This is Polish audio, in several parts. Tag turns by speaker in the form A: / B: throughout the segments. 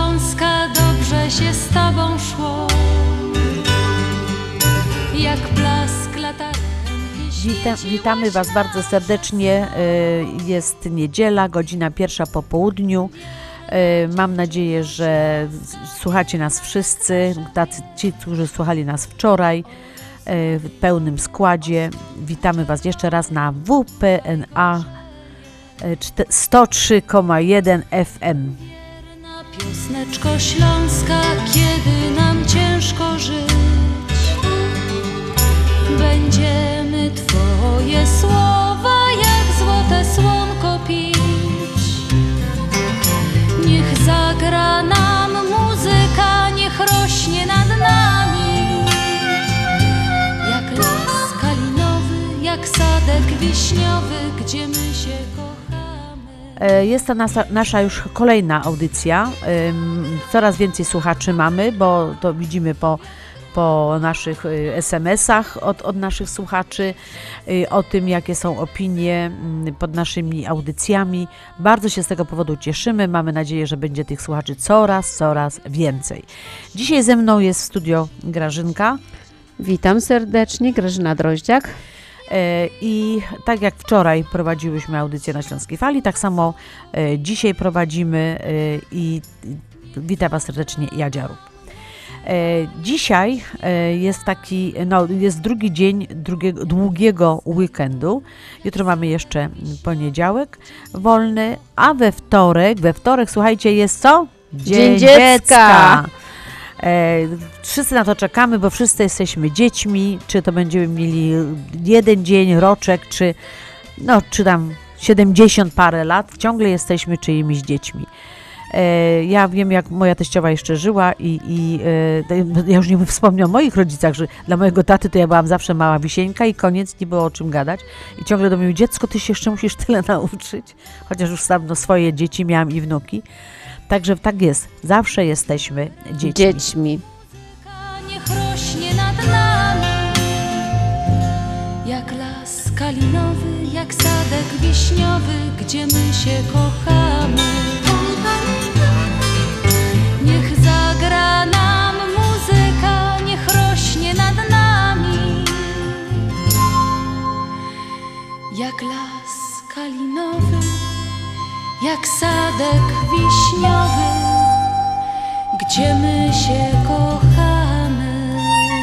A: Śląska, dobrze się z tobą szło, jak blask latarki.
B: Witamy Was bardzo serdecznie. Jest niedziela, godzina 1 po południu. Mam nadzieję, że słuchacie nas wszyscy, ci, którzy słuchali nas wczoraj w pełnym składzie. Witamy Was jeszcze raz na WPNA 103,1 FM.
A: Piosneczko Śląska, kiedy nam ciężko żyć, będziemy Twoje słowa jak złote słonko pić. Niech zagra nam muzyka, niech rośnie nad nami, jak las kalinowy, jak sadek wiśniowy, gdzie my się kochamy.
B: Jest to nasza już kolejna audycja. Coraz więcej słuchaczy mamy, bo to widzimy po naszych SMS-ach od naszych słuchaczy, o tym, jakie są opinie pod naszymi audycjami. Bardzo się z tego powodu cieszymy. Mamy nadzieję, że będzie tych słuchaczy coraz więcej. Dzisiaj ze mną jest w studio Grażynka.
C: Witam serdecznie, Grażyna Droździak.
B: I tak jak wczoraj prowadziłyśmy audycję na Śląskiej Fali, tak samo dzisiaj prowadzimy i witam Was serdecznie, Jadzia Rób. Dzisiaj jest taki, jest drugi dzień długiego weekendu. Jutro mamy jeszcze poniedziałek wolny, a we wtorek, słuchajcie, jest co?
C: Dzień dziecka!
B: Wszyscy na to czekamy, bo wszyscy jesteśmy dziećmi, czy to będziemy mieli jeden dzień, roczek, czy tam 70 parę lat, ciągle jesteśmy czyimiś dziećmi. Ja wiem, jak moja teściowa jeszcze żyła i ja już nie wspomnę o moich rodzicach, że dla mojego taty to ja byłam zawsze mała wisieńka i koniec, nie było o czym gadać. I ciągle do mnie mówi, dziecko, ty się jeszcze musisz tyle nauczyć, chociaż już sam swoje dzieci miałam i wnuki. Także tak jest, zawsze jesteśmy dziećmi.
A: Niech rośnie nad nami, jak las kalinowy, jak sadek wiśniowy, gdzie my się kochamy. Niech zagra nam muzyka, niech rośnie nad nami, jak las kalinowy, jak sadek wiśniowy, gdzie my się kochamy.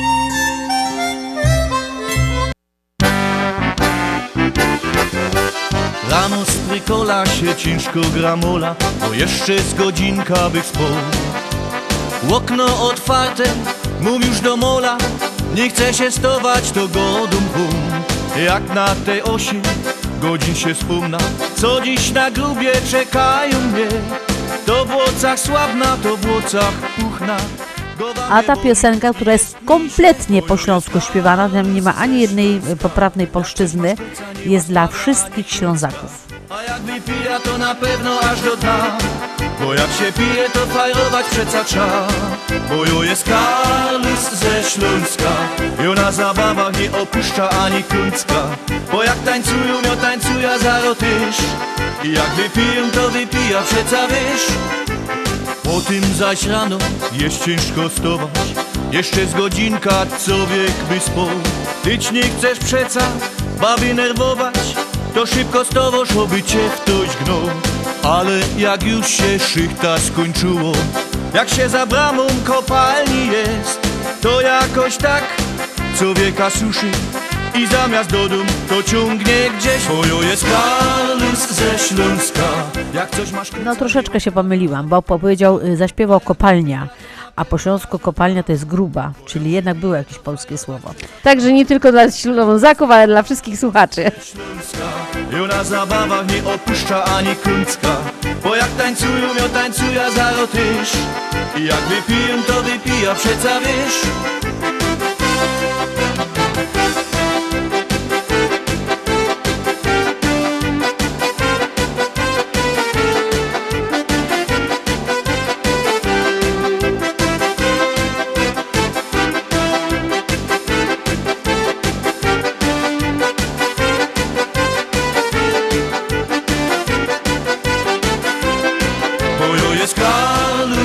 D: Rano z trykola się ciężko gramola, bo jeszcze z godzinka bych spał. Okno otwarte, mów już do mola, nie chce się stować, to godum bum. Jak na tej osi godzin się wspomna, co dziś na grubie czekają mnie. To w łocach sławna, to w łocach puchna.
B: A ta piosenka, która jest kompletnie po śląsku śpiewana, tam nie ma ani jednej poprawnej polszczyzny, jest dla wszystkich Ślązaków.
D: A jak wypija, to na pewno aż do dna, bo jak się pije, to fajrować przeca trza. Bo jo jest Karlus ze Śląska, jo na zabawach nie opuszcza ani kuncka. Bo jak tańcują, jo tańcuja zaro tyż, i jak wypiją, to wypija przeca wiesz. Po tym zaś rano jest ciężko stować, jeszcze z godzinka człowiek by spał. Tyć nie chcesz przeca baby nerwować, to szybko z tobą szłoby cię ktoś gnął. Ale jak już się szychta skończyło, jak się za bramą kopalni jest, to jakoś tak człowieka suszy i zamiast do dum to ciągnie gdzieś. Bojo jest Karlus ze Śląska, jak coś masz...
B: No troszeczkę się pomyliłam, bo zaśpiewał kopalnia, a po śląsku kopalnia to jest gruba, czyli jednak było jakieś polskie słowo.
C: Także nie tylko dla Ślązaków, ale dla wszystkich słuchaczy.
D: Jo na zabawach nie opuszcza ani kuncka, bo jak tańcują, jo tańcuja zaro tyż, i jak wypiją, to wypija przeca wiesz.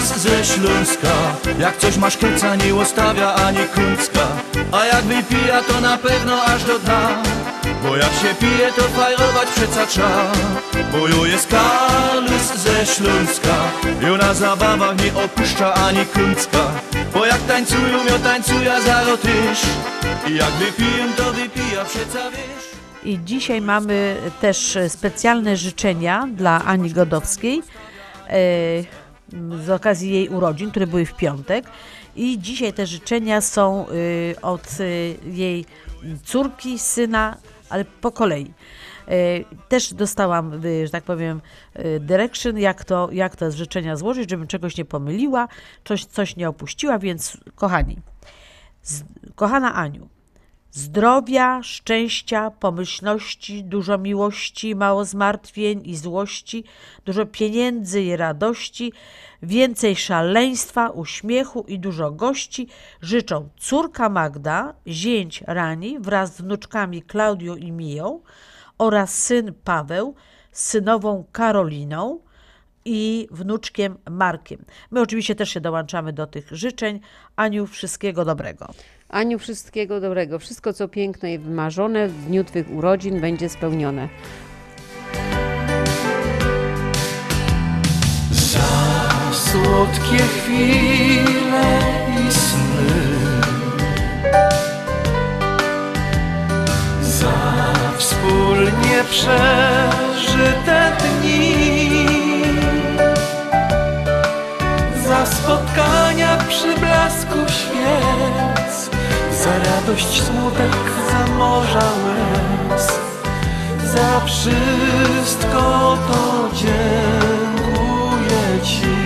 D: Karlus ze Śląska. Jak coś masz kryca, nie ostawia ani kuncka, a jak wypija, to na pewno aż do dna. Bo jak się pije, to fajrować przeca trza. Bo jo jest Karlus ze Śląska, jo na zabawach nie opuszcza ani kuncka. Bo jak tańcują, jo tańcuja zaro tyż, i jak wypiją, to wypija przeca wiesz.
B: I dzisiaj mamy też specjalne życzenia dla Ani Godowskiej z okazji jej urodzin, które były w piątek. I dzisiaj te życzenia są od jej córki, syna, ale po kolei. Też dostałam, że tak powiem, direction, jak to z życzenia złożyć, żebym czegoś nie pomyliła, coś nie opuściła, więc kochani, kochana Aniu, zdrowia, szczęścia, pomyślności, dużo miłości, mało zmartwień i złości, dużo pieniędzy i radości, więcej szaleństwa, uśmiechu i dużo gości życzą córka Magda, zięć Rani wraz z wnuczkami Klaudią i Miją oraz syn Paweł z synową Karoliną i wnuczkiem Markiem. My oczywiście też się dołączamy do tych życzeń. Aniu, wszystkiego dobrego.
C: Aniu, wszystkiego dobrego. Wszystko, co piękne i wymarzone w dniu Twych urodzin będzie spełnione.
D: Za słodkie chwile i sny, za wspólnie przeżyte dni, za spotkania przy blasku świec, za radość, smutek, za morza łez, za wszystko to dziękuję Ci.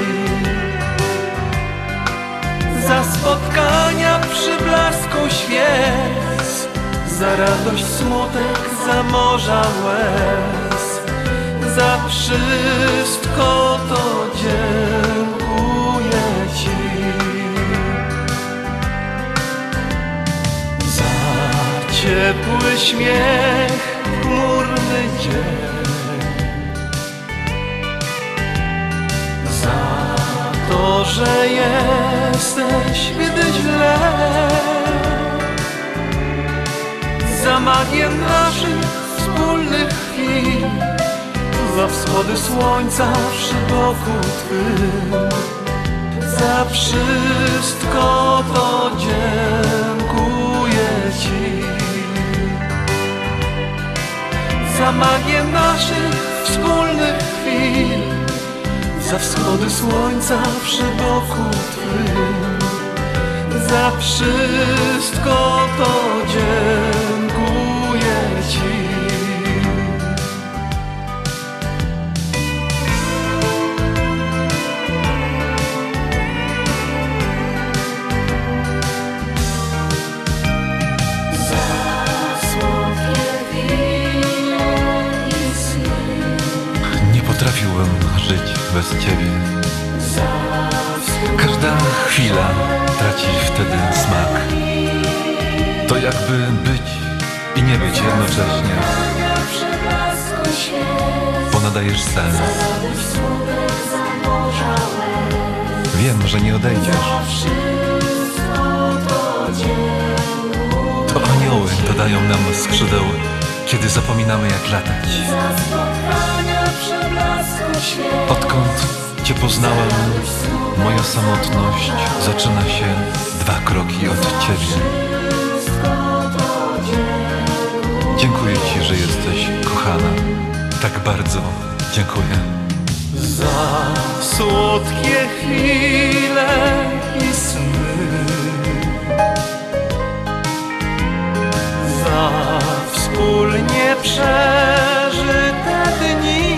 D: Za spotkania przy blasku świec, za radość, smutek, za morza łez, za wszystko to dziękuję Ci. Ciepły śmiech, chmurny dzień, za to, że jesteś, gdy źle, za magię naszych wspólnych chwil, za wschody słońca przy boku Twym, za wszystko to dziękuję Ci. Za magię naszych wspólnych chwil, za wschody słońca przy boku Twym, za wszystko to dziękuję Ci.
E: Potrafiłem żyć bez Ciebie. Każda chwila traci wtedy smak. To jakby być i nie być jednocześnie, bo nadajesz sens. Wiem, że nie odejdziesz. To anioły dodają nam skrzydeł, kiedy zapominamy, jak latać. Odkąd Cię poznałem, moja samotność zaczyna się 2 kroki od Ciebie. Dziękuję Ci, że jesteś kochana. Tak bardzo dziękuję.
D: Za słodkie chwile i sny, za wspólnie przeżyte dni.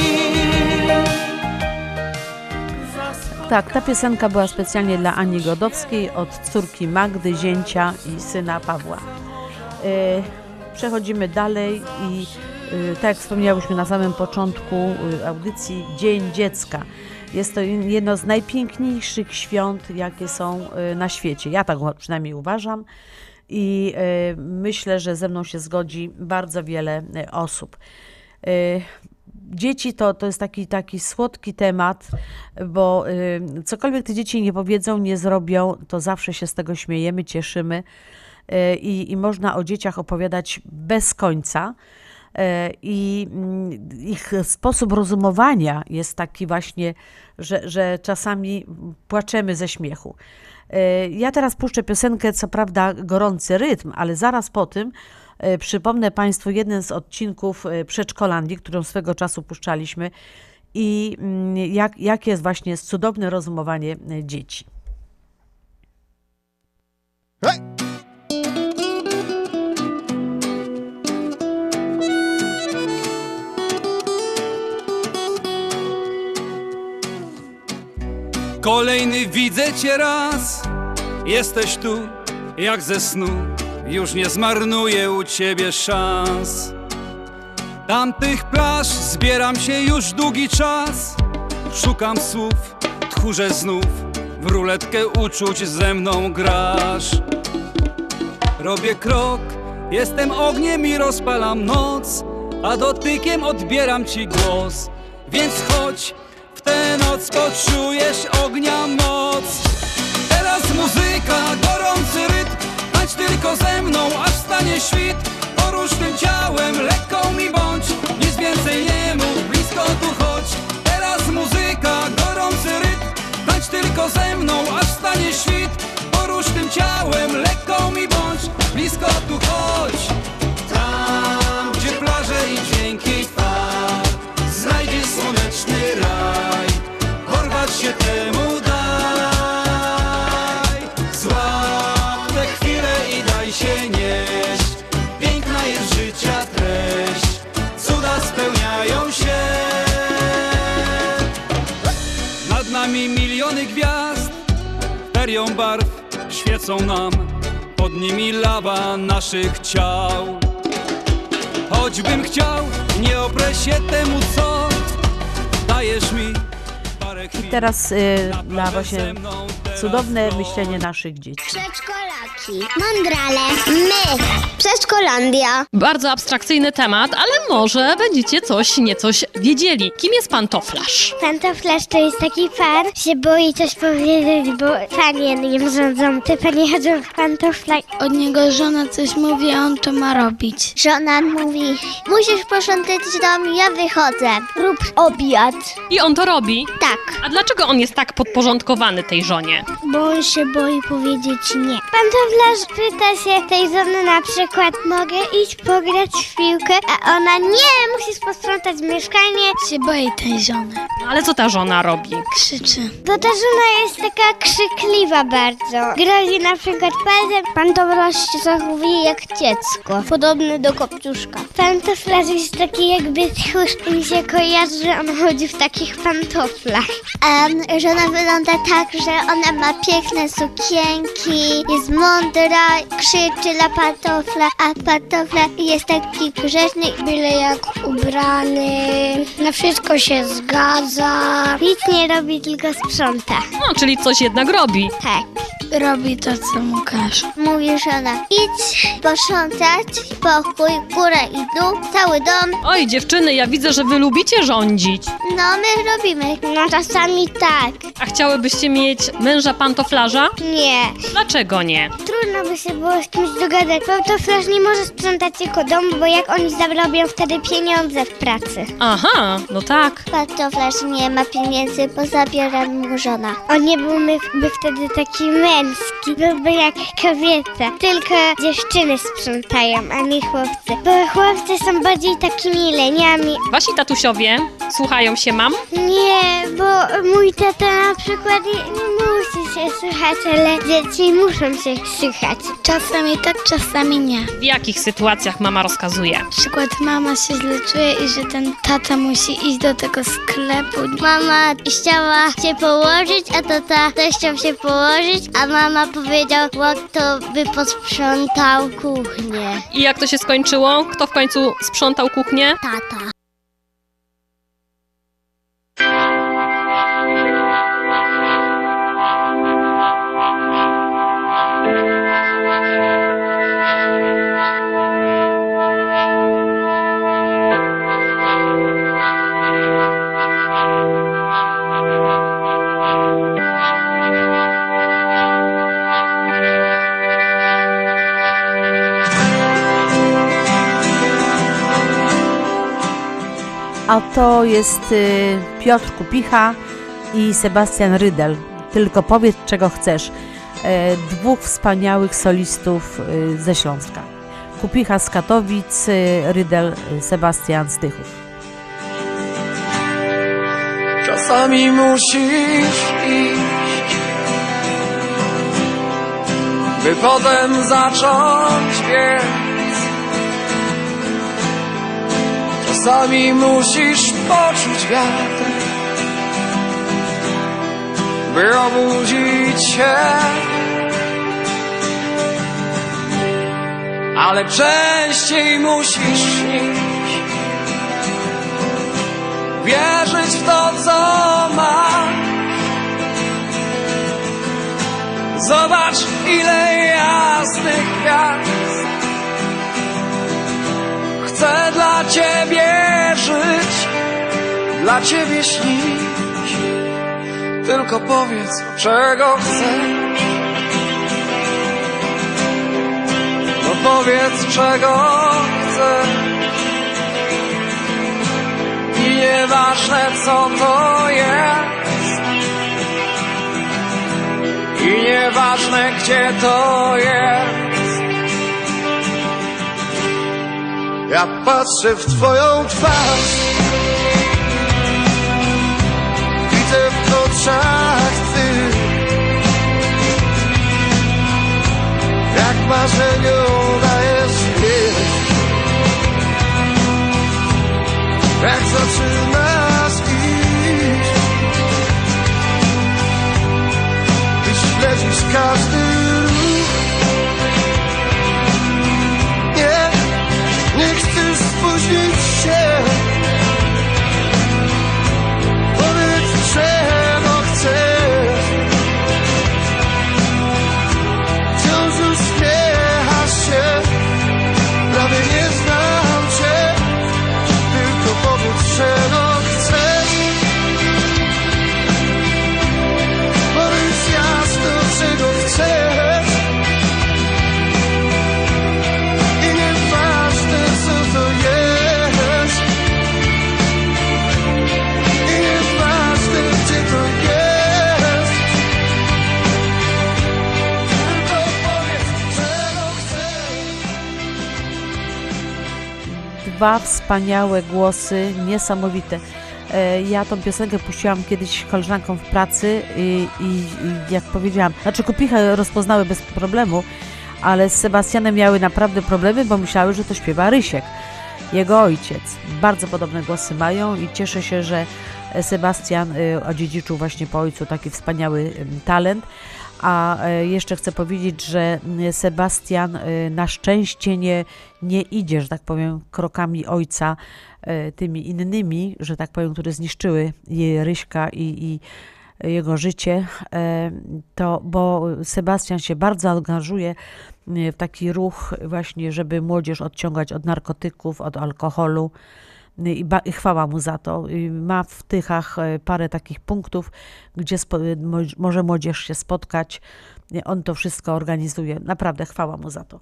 B: Tak, ta piosenka była specjalnie dla Ani Godowskiej od córki Magdy, zięcia i syna Pawła. Przechodzimy dalej i tak jak wspomniałyśmy na samym początku audycji, Dzień Dziecka. Jest to jedno z najpiękniejszych świąt, jakie są na świecie. Ja tak przynajmniej uważam i myślę, że ze mną się zgodzi bardzo wiele osób. dzieci to jest taki słodki temat, bo cokolwiek te dzieci nie powiedzą, nie zrobią, to zawsze się z tego śmiejemy, cieszymy i można o dzieciach opowiadać bez końca. I ich sposób rozumowania jest taki właśnie, że czasami płaczemy ze śmiechu. Ja teraz puszczę piosenkę, co prawda gorący rytm, ale zaraz po tym przypomnę Państwu jeden z odcinków Przedszkolandii, którą swego czasu puszczaliśmy i jak jest właśnie cudowne rozumowanie dzieci.
F: Kolejny widzę cię raz, jesteś tu jak ze snu, już nie zmarnuję u ciebie szans. Tamtych plaż zbieram się już długi czas, szukam słów, tchórzę znów, w ruletkę uczuć ze mną grasz. Robię krok, jestem ogniem i rozpalam noc, a dotykiem odbieram ci głos, więc chodź, w tę noc poczujesz ognia moc. Teraz muzyka, gorący rytm, tańcz tylko ze mną, aż stanie świt. Porusz tym ciałem, lekką mi bądź, nic więcej nie mów, blisko tu chodź. Teraz muzyka, gorący rytm, tańcz tylko ze mną, aż stanie świt. Porusz tym ciałem, lekką mi bądź, blisko tu chodź. Tam, gdzie plaże i dźwięki fal, znajdziesz słoneczny raj, porwać się temu daj. Złap tę chwilę i daj się nieść, piękna jest życia treść, cuda spełniają się. Nad nami miliony gwiazd, ferią barw świecą nam, pod nimi lawa naszych ciał. Choćbym chciał, nie oprę się temu, co dajesz mi parę chwil.
B: I teraz na właśnie cudowne myślenie naszych dzieci.
G: Przedszkolaki, mądrale, my, Przedszkolandia.
H: Bardzo abstrakcyjny temat, ale może będziecie niecoś wiedzieli. Kim jest pantoflarz?
G: Pantoflarz to jest taki pan, się boi coś powiedzieć, bo panie nim rządzą. Te panie chodzą w pantoflach.
I: Od niego żona coś mówi, a on to ma robić.
G: Żona mówi, musisz posprzątać dom, ja wychodzę. Rób obiad.
H: I on to robi?
G: Tak,
H: A dlaczego on jest tak podporządkowany tej żonie?
G: bo on się boi powiedzieć nie. Pantoflarz pyta się tej żony na przykład, mogę iść pograć w piłkę? A ona, nie, musisz posprzątać mieszkanie.
I: Się boi tej żony.
H: No ale co ta żona robi?
I: Krzyczy.
G: Bo ta żona jest taka krzykliwa bardzo. Grozi na przykład palcem. Pantoflarz się zachowuje jak dziecko, podobny do Kopciuszka. Pantoflarz jest taki jakby tchórz, mi się kojarzy, że on chodzi w takich pantoflach. Żona wygląda tak, że ona ma piękne sukienki, jest mądra, krzyczy na pantofla, a pantofla jest taki grzeczny, byle jak ubrany, na wszystko się zgadza. Nic nie robi, tylko sprząta.
H: No, czyli coś jednak robi.
G: Tak.
I: Robi to, co mu każe.
G: Mówi żona, idź posprzątać pokój, górę i dół, cały dom.
H: Oj, dziewczyny, ja widzę, że wy lubicie rządzić.
G: No, my robimy. No, czasami tak.
H: A chciałybyście mieć męża pantoflarza?
G: Nie.
H: Dlaczego nie?
G: Trudno by się było z kimś dogadać. Pantoflarz nie może sprzątać tylko domu, bo jak oni zarobią wtedy pieniądze w pracy.
H: Aha, no tak.
G: Pantoflarz nie ma pieniędzy, bo zabiera mu żona. On nie byłby wtedy taki męski, byłby jak kobieta. Tylko dziewczyny sprzątają, a nie chłopcy. Bo chłopcy są bardziej takimi leniami.
H: Wasi tatusiowie słuchają się mam?
G: Nie, bo mój tata na przykład nie musi się słuchać, ale dzieci muszą się słuchać.
I: Czasami tak, czasami nie.
H: W jakich sytuacjach mama rozkazuje?
I: Na przykład mama się źle czuje i że ten tata musi iść do tego sklepu.
G: Mama chciała się położyć, a tata też chciał się położyć, a mama powiedział, to by posprzątał kuchnię.
H: I jak to się skończyło? Kto w końcu sprzątał kuchnię?
G: Tata.
B: a to jest Piotr Kupicha i Sebastian Rydel. Tylko powiedz, czego chcesz. Dwóch wspaniałych solistów ze Śląska. Kupicha z Katowic, Rydel, Sebastian z Tychów.
J: Czasami musisz iść, by potem zacząć biec. Czasami musisz poczuć wiatr, by obudzić się. Ale częściej musisz śnić, wierzyć w to, co masz. Zobacz, ile jasnych gwiazd. Chcę dla ciebie żyć, dla ciebie śnić. Tylko powiedz, czego chcesz. No powiedz, czego chcesz. I nieważne, co to jest. I nieważne, gdzie to jest. Ja patrzę w twoją twarz, widzę w oczach twych, jak marzeniom dajesz chwilę. Jak zaczynasz iść i śledzisz każdy ruch. Nie chcesz spóźnić się. Powiedz, czego chcesz. Wciąż uśmiechasz się, prawie nie znam cię. Tylko powiedz, czego chcesz. Powiedz jasno, czego chcesz. I nieważne, co to jest. I nieważne, gdzie to jest. Tylko powiedz, czego chcesz.
B: Dwa wspaniałe głosy, niesamowite. Ja tą piosenkę puściłam kiedyś koleżankom w pracy i jak powiedziałam, znaczy Kupichę rozpoznały bez problemu, ale z Sebastianem miały naprawdę problemy, bo myślały, że to śpiewa Rysiek, jego ojciec. Bardzo podobne głosy mają i cieszę się, że Sebastian odziedziczył właśnie po ojcu taki wspaniały talent. A jeszcze chcę powiedzieć, że Sebastian na szczęście nie idzie, że tak powiem, krokami ojca, tymi innymi, że tak powiem, które zniszczyły Ryśka i jego życie, bo Sebastian się bardzo angażuje w taki ruch właśnie, żeby młodzież odciągać od narkotyków, od alkoholu. I chwała mu za to. Ma w Tychach parę takich punktów, gdzie może młodzież się spotkać. On to wszystko organizuje. Naprawdę chwała mu za to.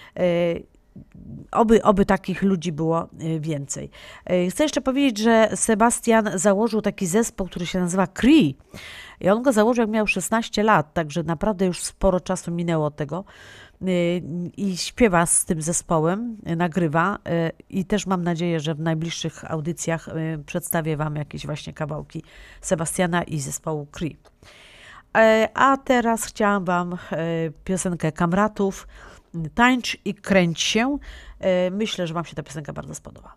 B: Oby takich ludzi było więcej. Chcę jeszcze powiedzieć, że Sebastian założył taki zespół, który się nazywa Cree. I on go założył, jak miał 16 lat, także naprawdę już sporo czasu minęło od tego. I śpiewa z tym zespołem, nagrywa i też mam nadzieję, że w najbliższych audycjach przedstawię wam jakieś właśnie kawałki Sebastiana i zespołu Cree. A teraz chciałam wam piosenkę Kamratów, Tańcz i kręć się. Myślę, że wam się ta piosenka bardzo spodoba.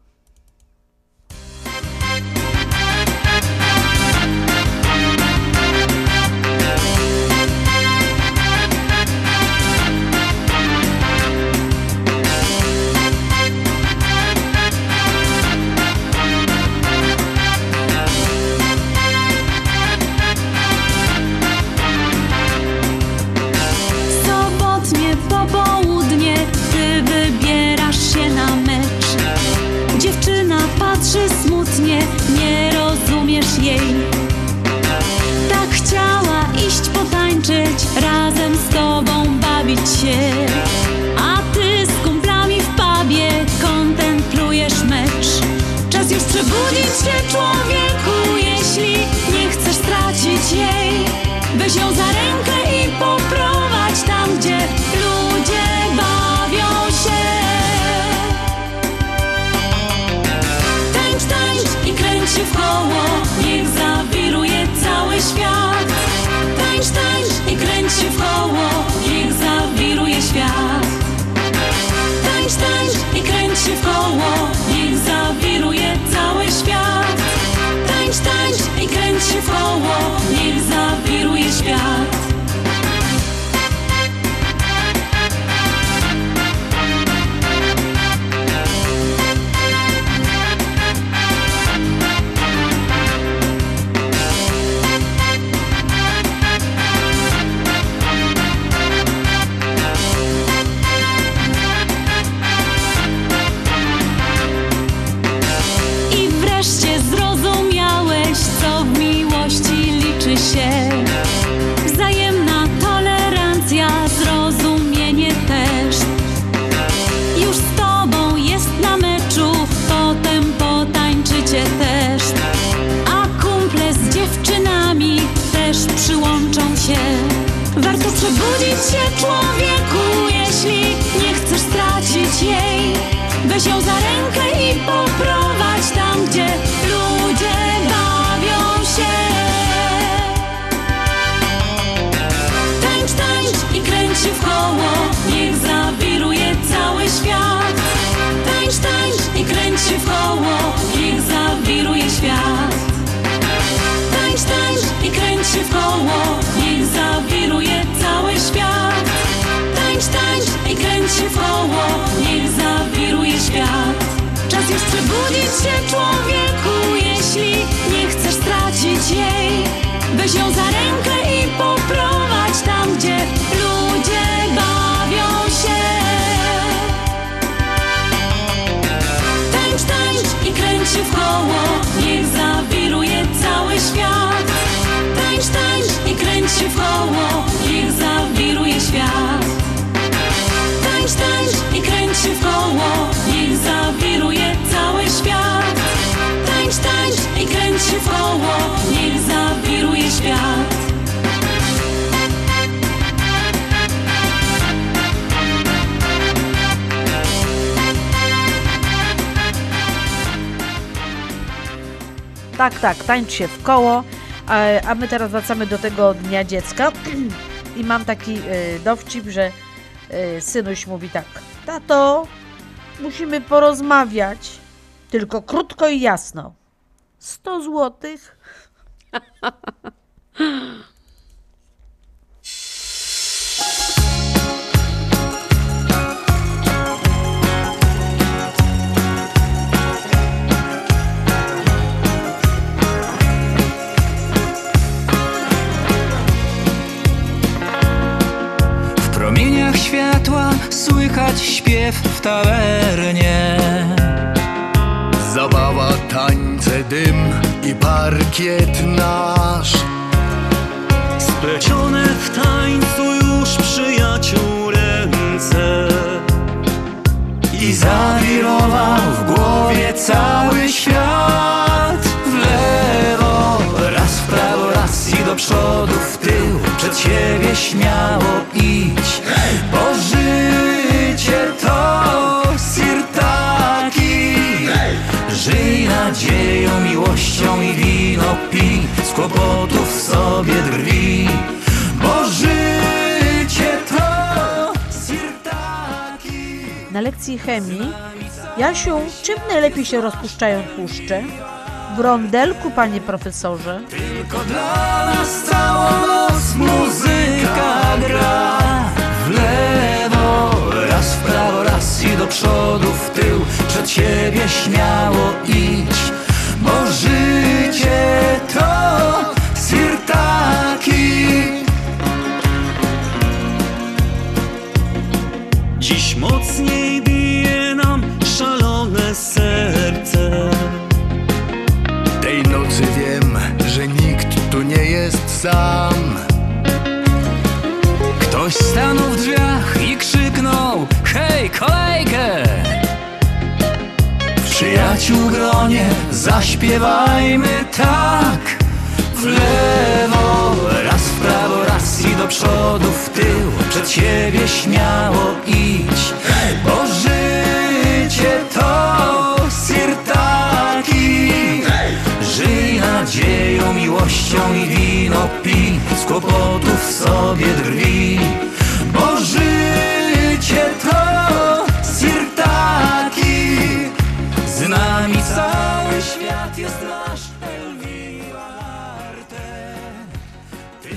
A: Sobotnie popołudnie, ty wybierasz się na mecz, gdzie się w koło, niech zawiruje cały świat. Tańcz, tańcz i kręć się w koło, niech zawiruje świat. Wzajemna tolerancja, zrozumienie też. Już z tobą jest na meczu, potem potańczycie też. A kumple z dziewczynami też przyłączą się. Warto przebudzić się, człowieku, jeśli nie chcesz stracić jej. Weź ją za rękę i poprowadź tam, gdzie ludzie bawią się. I kręć się w koło, niech zawiruje cały świat. Tańcz, tańcz i kręć się w koło, niech zawiruje świat. Tańcz, tańcz i kręć się w koło, niech zawiruje cały świat. Tańcz, tańcz i kręć się w koło, niech zawiruje świat. Czas już przebudzić się, człowieku, jeśli nie chcesz stracić jej. Weź ją za rękę i poprowadź tam, gdzie ludzie bawią się. Tańcz, tańcz i kręć się w koło, niech zawiruje cały świat. Tańcz, tańcz i kręć się w koło, niech zawiruje świat. Tańcz, tańcz i kręć się w koło, niech zawiruje cały świat. Tańcz, tańcz i kręć się w koło, niech zawiruje świat.
B: Tak, tak, tańcz się w koło, a my teraz wracamy do tego Dnia Dziecka i mam taki dowcip, że synuś mówi tak: tato, musimy porozmawiać, tylko krótko i jasno. 100 złotych.
F: W promieniach światła słychać śpiew w tawernie.
J: Zabawa, tańce, dym i parkiet nasz.
D: Splecione w tańcu już przyjaciół ręce.
F: I zawirował w głowie cały świat. W lewo, raz w prawo, raz i do przodu, w tył. Przed siebie śmiało idź, bo życie to sirtaki. Żyj nadzieją, miłością i wino pij, z kłopotów sobie drwi, bo życie to sirtaki.
B: Na lekcji chemii: Jasiu, czym najlepiej się rozpuszczają tłuszcze? W rondelku, panie profesorze.
F: Tylko dla nas całą noc muzyka gra. W lewo, raz w prawo, raz i do przodu, w tył. Przed siebie śmiało idź, bo życie to sirtaki.
D: Dziś mocniej bije nam szalone serce.
J: Tej nocy wiem, że nikt tu nie jest sam.
F: Ktoś stanął w drzwiach i krzyknął: hej, kolejkę! W przyjaciół gronie zaśpiewajmy tak. W lewo, raz w prawo, raz i do przodu, w tył. Przed siebie śmiało idź, bo życie to sirtaki. Żyj nadzieją, miłością i wino pij, z kłopotów sobie drwi, bo życie to sirtaki.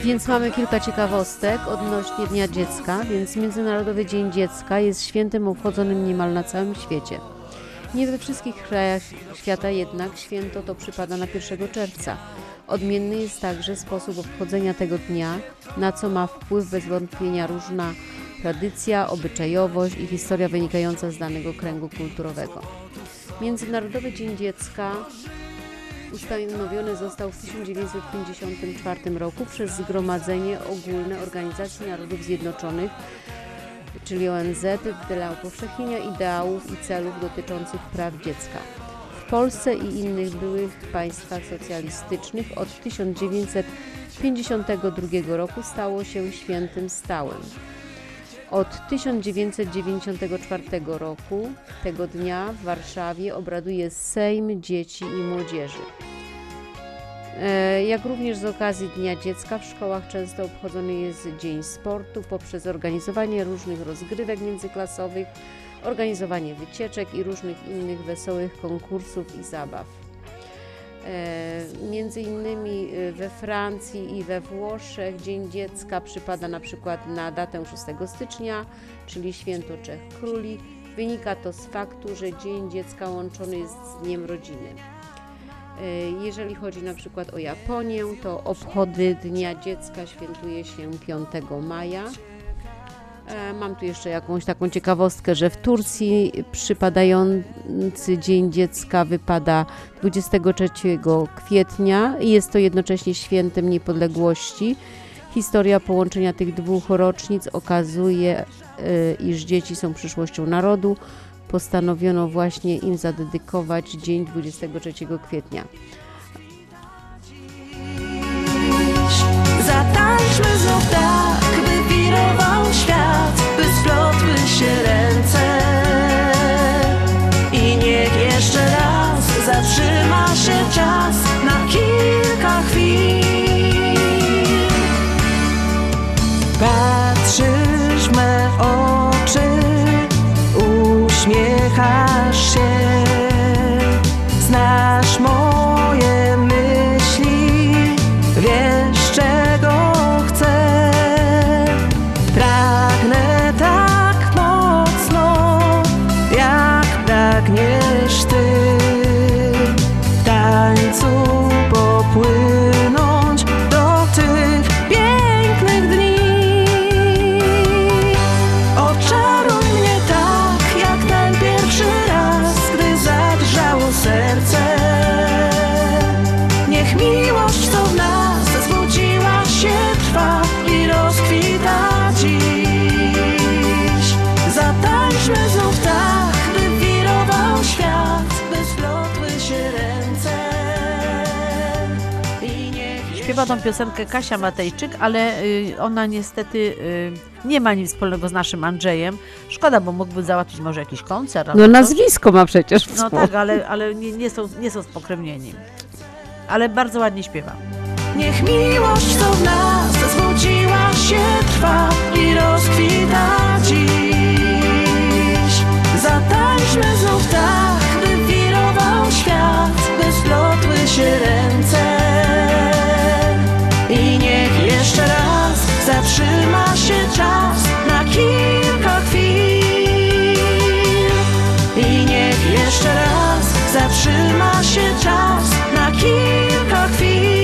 C: Więc mamy kilka ciekawostek odnośnie Dnia Dziecka, więc Międzynarodowy Dzień Dziecka jest świętem obchodzonym niemal na całym świecie. Nie we wszystkich krajach świata jednak święto to przypada na 1 czerwca. Odmienny jest także sposób obchodzenia tego dnia, na co ma wpływ bez wątpienia różna tradycja, obyczajowość i historia wynikająca z danego kręgu kulturowego. Międzynarodowy Dzień Dziecka ustanowiony został w 1954 roku przez Zgromadzenie Ogólne Organizacji Narodów Zjednoczonych, czyli ONZ, dla upowszechnienia ideałów i celów dotyczących praw dziecka. W Polsce i innych byłych państwach socjalistycznych od 1952 roku stało się świętem stałym. Od 1994 roku tego dnia w Warszawie obraduje Sejm Dzieci i Młodzieży. Jak również z okazji Dnia Dziecka w szkołach często obchodzony jest Dzień Sportu poprzez organizowanie różnych rozgrywek międzyklasowych, organizowanie wycieczek i różnych innych wesołych konkursów i zabaw. Między innymi we Francji i we Włoszech Dzień Dziecka przypada na przykład na datę 6 stycznia, czyli Święto Trzech Króli. Wynika to z faktu, że Dzień Dziecka łączony jest z Dniem Rodziny. Jeżeli chodzi na przykład o Japonię, to obchody Dnia Dziecka świętuje się 5 maja. Mam tu jeszcze jakąś taką ciekawostkę, że w Turcji przypadający Dzień Dziecka wypada 23 kwietnia i jest to jednocześnie świętem niepodległości. Historia połączenia tych dwóch rocznic okazuje, iż dzieci są przyszłością narodu. Postanowiono właśnie im zadedykować dzień 23 kwietnia.
A: Zatańczmy znów tak, by wirował świat, by splotły się ręce. I niech jeszcze raz zatrzyma się czas na kilka chwil. Patrzysz w me oczy, uśmiechasz się, znasz moje myśli, wiesz czego chcę. Pragnę tak mocno, jak pragniesz ty, w tańcu popłynąć do tych pięknych dni. Oczaruj mnie tak, jak ten pierwszy raz, gdy zadrżało serce. Niech miłość, co w nas zbudziła się, trwa i rozkwita dziś. Zatańczmy znów tak, by wirował świat, by splotły się ręce. I niech
B: Śpiewa tą piosenkę Kasia Matejczyk, ale ona niestety nie ma nic wspólnego z naszym Andrzejem. Szkoda, bo mógłby załatwić może jakiś koncert.
C: No nazwisko ma przecież
B: No tak, ale nie są spokrewnieni. Ale bardzo ładnie śpiewa.
A: Niech miłość, co w nas zbudziła się, trwa i rozkwita dziś. Zatańczmy znów tak, by wirował świat, by splotły się ręce. I niech jeszcze raz zatrzyma się czas na kilka chwil. I niech jeszcze raz zatrzyma się czas na kilka chwil.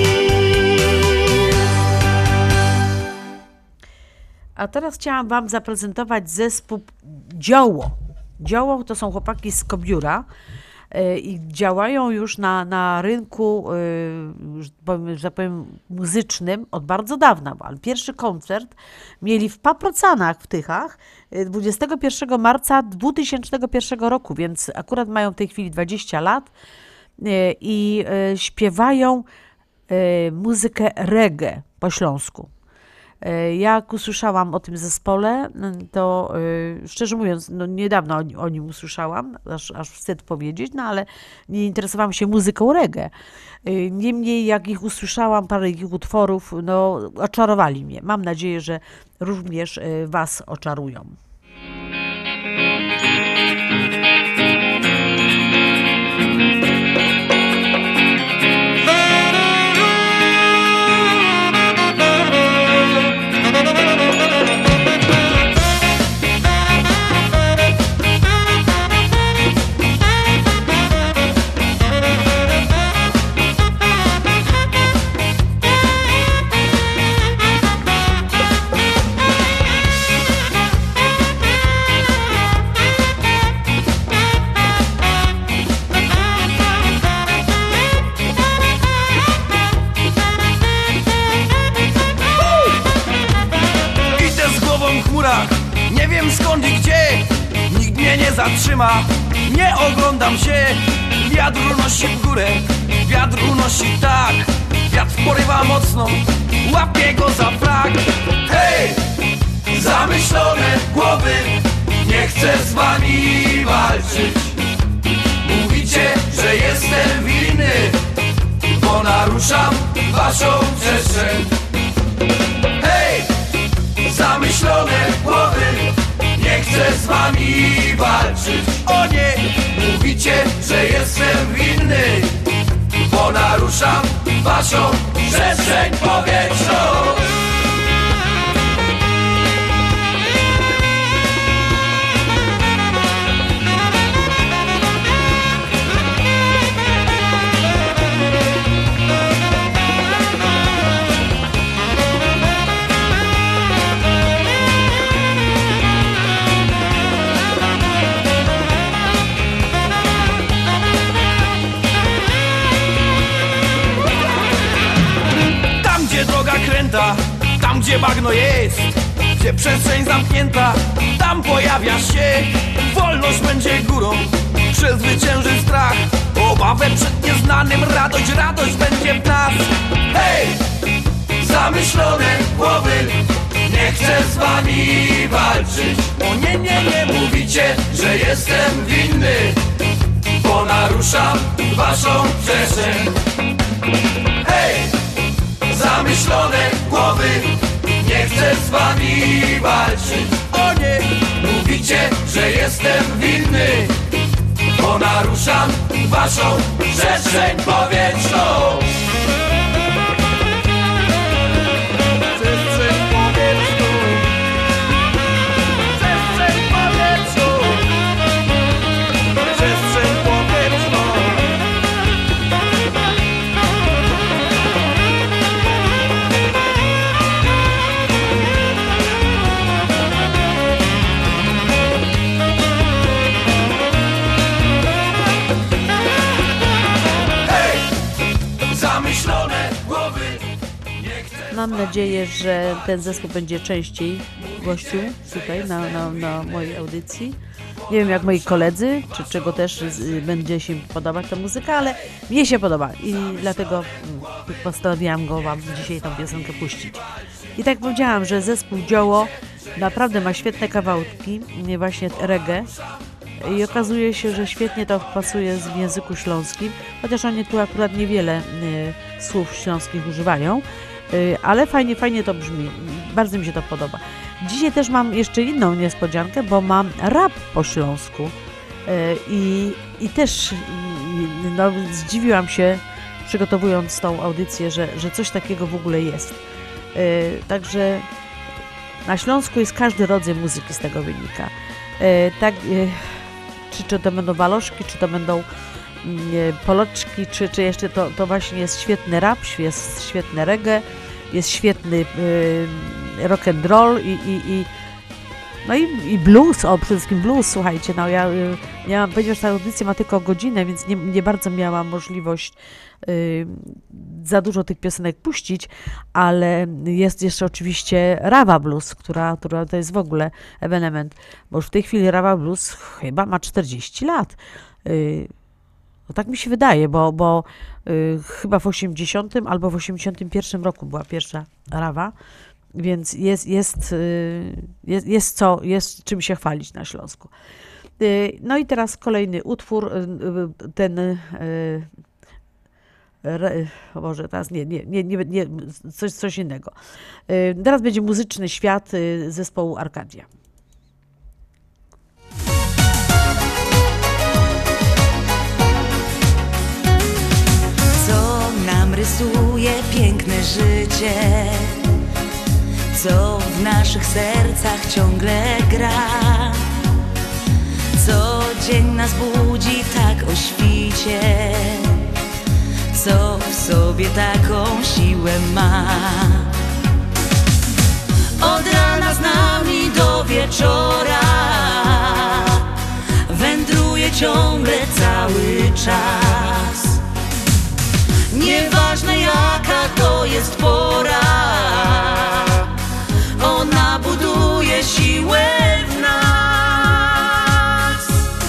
B: A teraz chciałam Wam zaprezentować zespół Dzioło. Dzioło to są chłopaki z Kobióra i działają już na rynku, że tak powiem, muzycznym od bardzo dawna, ale pierwszy koncert mieli w Paprocanach w Tychach 21 marca 2001 roku, więc akurat mają w tej chwili 20 lat i śpiewają muzykę reggae po śląsku. Jak usłyszałam o tym zespole, to szczerze mówiąc, no niedawno o nim usłyszałam, aż wstyd powiedzieć, no ale nie interesowałam się muzyką reggae. Niemniej jak ich usłyszałam, parę ich utworów, no oczarowali mnie. Mam nadzieję, że również Was oczarują.
D: zatrzyma. Nie oglądam się, wiatr unosi w górę, wiatr unosi tak, wiatr porywa mocno, łapię go za frak. Hej, zamyślone głowy, nie chcę z wami walczyć. Mówicie, że jestem winny, bo naruszam waszą przestrzeń. Hej, zamyślone głowy, nie chcę z wami walczyć. O nie, mówicie, że jestem winny, bo naruszam waszą przestrzeń powietrzną. Droga kręta, tam gdzie bagno jest, gdzie przestrzeń zamknięta, tam pojawia się. Wolność będzie górą, przezwycięży strach, obawę przed nieznanym, radość będzie w nas. Hej, zamyślone głowy, nie chcę z wami walczyć. O nie, nie, nie, mówicie, że jestem winny, bo naruszam waszą przestrzeń. Hej, zamyślone głowy, nie chcę z wami walczyć. O nie, mówicie, że jestem winny, bo naruszam waszą przestrzeń powietrzną. Przestrzeń powietrzną. Przestrzeń powietrzną. Przestrzeń powietrzną.
B: Mam nadzieję, że ten zespół będzie częściej gościł tutaj na mojej audycji. Nie wiem jak moi koledzy, czy czego też będzie się podobać ta muzyka, ale mnie się podoba i dlatego postanowiłam wam dzisiaj tą piosenkę puścić. I tak powiedziałam, że zespół Dzioło naprawdę ma świetne kawałki, właśnie reggae. I okazuje się, że świetnie to pasuje w języku śląskim, chociaż oni tu akurat niewiele słów śląskich używają, ale fajnie to brzmi, bardzo mi się to podoba. Dzisiaj też mam jeszcze inną niespodziankę, bo mam rap po śląsku i też no, zdziwiłam się, przygotowując tą audycję, że coś takiego w ogóle jest. Także na Śląsku jest każdy rodzaj muzyki, z tego wynika. Czy to będą baloszki, czy to będą poloczki, czy jeszcze to właśnie jest świetny rap, jest świetne reggae, jest świetny rock and roll i blues, przede wszystkim blues, słuchajcie, no ja mam powiedzieć, że ta audycja ma tylko godzinę, więc nie bardzo miałam możliwość za dużo tych piosenek puścić, ale jest jeszcze oczywiście Rawa Blues, która to jest w ogóle ewenement, bo już w tej chwili Rawa Blues chyba ma 40 lat. No tak mi się wydaje, bo chyba w 80 albo w 81 roku była pierwsza Rawa, więc jest czym się chwalić na Śląsku. No i teraz kolejny utwór, ten Boże, teraz nie, coś innego. Teraz będzie Muzyczny Świat zespołu Arkadia.
K: Co nam rysuje piękne życie, co w naszych sercach ciągle gra, co dzień nas budzi tak o świcie, co w sobie taką siłę ma. Od rana z nami do wieczora wędruje ciągle cały czas. Nieważne jaka to jest pora, ona buduje siłę w nas.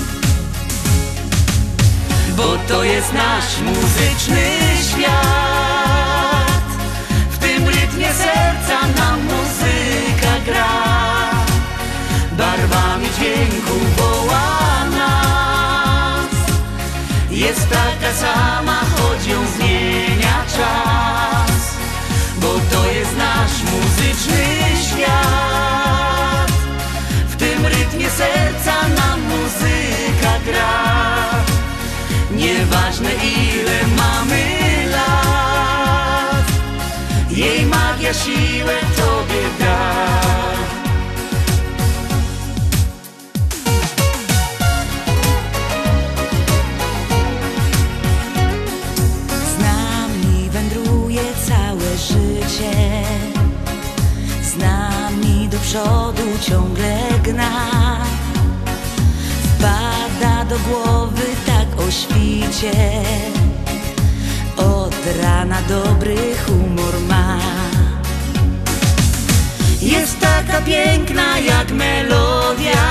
K: jest nasz muzyczny świat. W tym rytmie serca nam muzyka gra, barwami dźwięku woła nas. Jest taka sama, choć ją zmienia czas, bo to jest nasz muzyczny świat. W tym rytmie serca nam muzyka gra, nieważne ile mamy lat, jej magia siłę Tobie da.
A: Z nami wędruje całe życie, z nami do przodu ciągle gna. Wpada do głowy tak o świcie, od rana dobry humor ma.
K: Jest taka piękna jak melodia,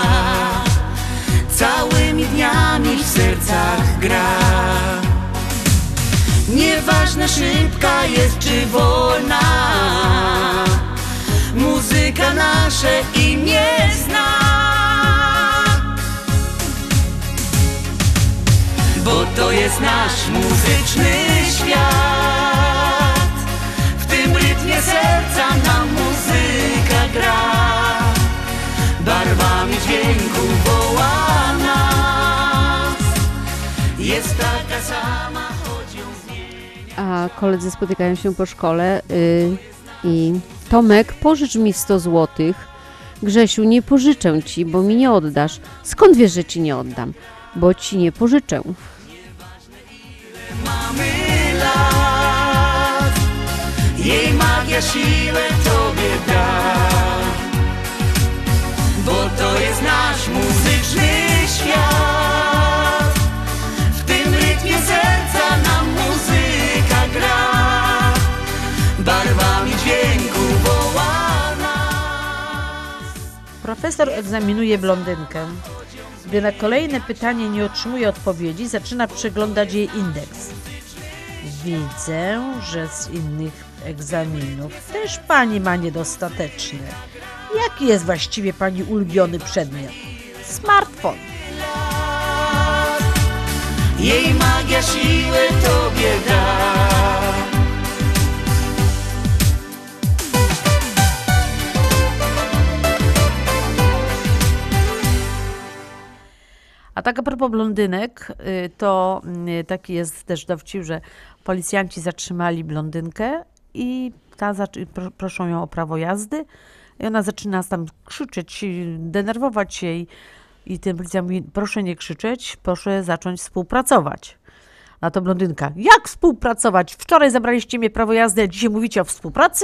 K: całymi dniami w sercach gra. Nieważne szybka jest czy wolna, muzyka nasze imię zna. Bo to jest nasz muzyczny świat. W tym rytmie serca nam muzyka gra, barwami dźwięku woła nas. Jest taka sama, choć ją zmienia.
C: A koledzy spotykają się po szkole i Tomek, pożycz mi 100 złotych. Grzesiu, nie pożyczę ci, bo mi nie oddasz. Skąd wiesz, że ci nie oddam? Bo ci nie pożyczę.
K: Mamy lat, jej magia siłę Tobie da. Bo to jest nasz muzyczny świat. W tym rytmie serca nam muzyka gra, barwami dźwięku woła nas.
B: Profesor egzaminuje blondynkę. Gdy na kolejne pytanie nie otrzymuje odpowiedzi, zaczyna przeglądać jej indeks. Widzę, że z innych egzaminów też pani ma niedostateczne. Jaki jest właściwie pani ulubiony przedmiot? Smartfon.
K: Jej magia siłę Tobie da.
B: A tak a propos blondynek, to taki jest też dowcip, że policjanci zatrzymali blondynkę i proszą ją o prawo jazdy i ona zaczyna tam krzyczeć, denerwować się i ten policjant mówi, proszę nie krzyczeć, proszę zacząć współpracować. A to blondynka, jak współpracować? Wczoraj zabraliście mnie prawo jazdy, a dzisiaj mówicie o współpracy?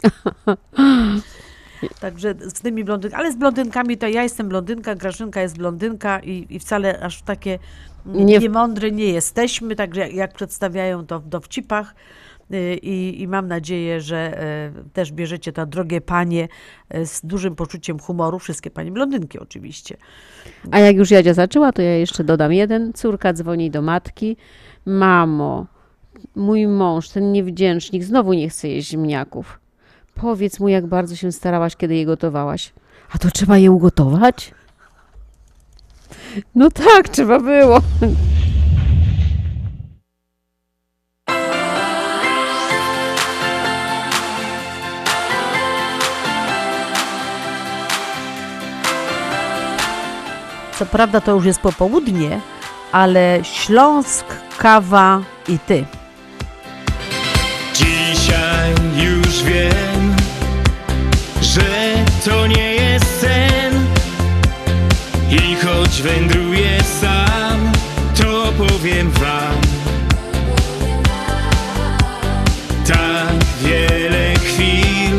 B: Także z tymi blondynkami, ale z blondynkami to ja jestem blondynka, Grażynka jest blondynka i wcale aż takie niemądre nie jesteśmy, także jak przedstawiają to w dowcipach i mam nadzieję, że też bierzecie to, drogie panie, z dużym poczuciem humoru, wszystkie panie blondynki oczywiście.
C: A jak już Jadzia zaczęła, to ja jeszcze dodam jeden. Córka dzwoni do matki. Mamo, mój mąż, ten niewdzięcznik, znowu nie chce jeść ziemniaków. Powiedz mu, jak bardzo się starałaś, kiedy je gotowałaś. A to trzeba je ugotować? No tak, trzeba było.
B: Co prawda to już jest popołudnie, ale Śląsk, kawa i ty.
L: Dzisiaj już wiem, że to nie jest sen i choć wędruję sam, to powiem wam, tak wiele chwil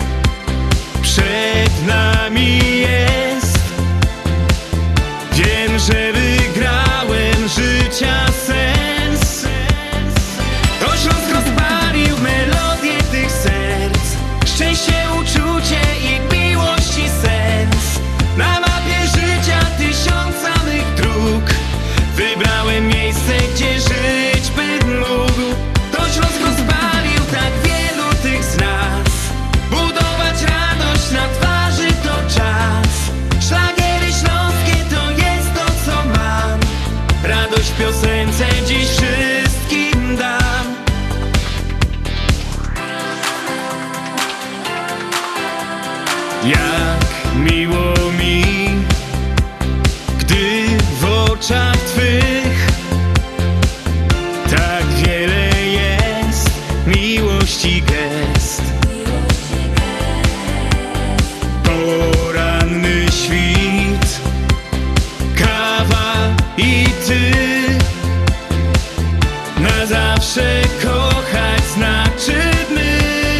L: przed nami jest. Wiem, że wygrałem życia sens. To Śląsk rozpalił melodię tych serc, szczęście, uczucie i miłości sens. Na mapie życia tysiąca mych dróg wybrałem miejsce, gdzie żyć. w piosence dziś wszystkim dam. Jak miło mi, gdy w oczach Twych tak wiele jest miłości gest. Poranny świt, kawa i Ty. Na zawsze kochać znaczy my.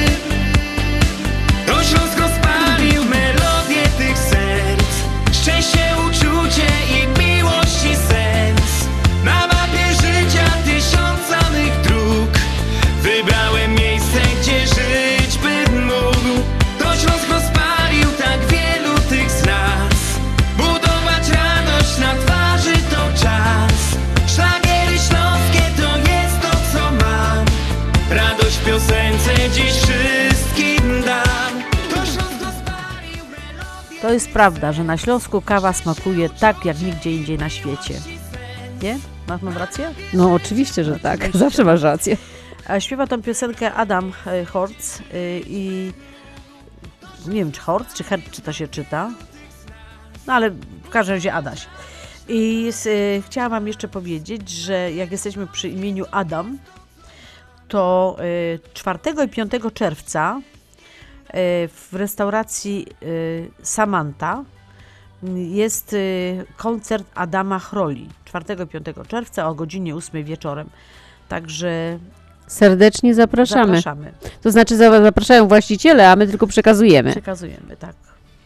L: To Śląsk rozpalił melodię tych serc, szczęście, uczucie i miłości sens. Na mapie życia tysiąca mych dróg wybrałem miejsce, gdzie żyć bym mógł. To Śląsk rozpalił tak wielu tych z nas. Budować radość na twarzy to czas. Szlagiery śląskie to jest to, co mam. Radość w piosence dziś wszystkim dam. To Śląsk rozpalił melodię.
B: To jest prawda, że na Śląsku kawa smakuje tak, jak nigdzie indziej na świecie. Nie? Mam rację?
C: No oczywiście, że tak. Zawsze masz rację.
B: A śpiewa tą piosenkę Adam Horc i nie wiem, czy Horc, czy Herc, czy to się czyta. No ale w każdym razie Adaś. I chciałam wam jeszcze powiedzieć, że jak jesteśmy przy imieniu Adam, to 4 i 5 czerwca w restauracji Samanta jest koncert Adama Chroli. 4 i 5 czerwca o godzinie 8 wieczorem. Także
C: serdecznie zapraszamy. To znaczy zapraszają właściciele, a my tylko przekazujemy.
B: Przekazujemy, tak.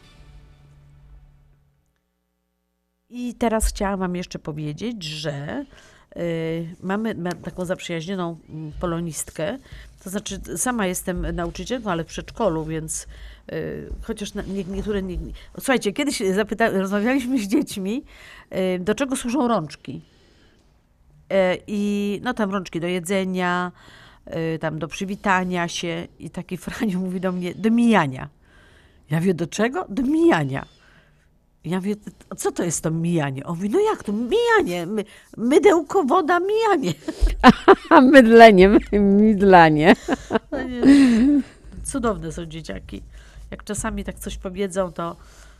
B: I teraz chciałam wam jeszcze powiedzieć, że mamy taką zaprzyjaźnioną polonistkę. To znaczy sama jestem nauczycielką, ale w przedszkolu, więc chociaż niektóre... Słuchajcie, kiedyś rozmawialiśmy z dziećmi, do czego służą rączki. I no tam rączki do jedzenia, tam do przywitania się i taki Franiu mówi do mnie, do mijania. Ja mówię, do czego? Do mijania. Ja mówię, co to jest to mijanie? On mówi, no jak to mijanie? Mydełko, woda, mijanie.
C: Mydlanie.
B: Cudowne są dzieciaki. Jak czasami tak coś powiedzą, to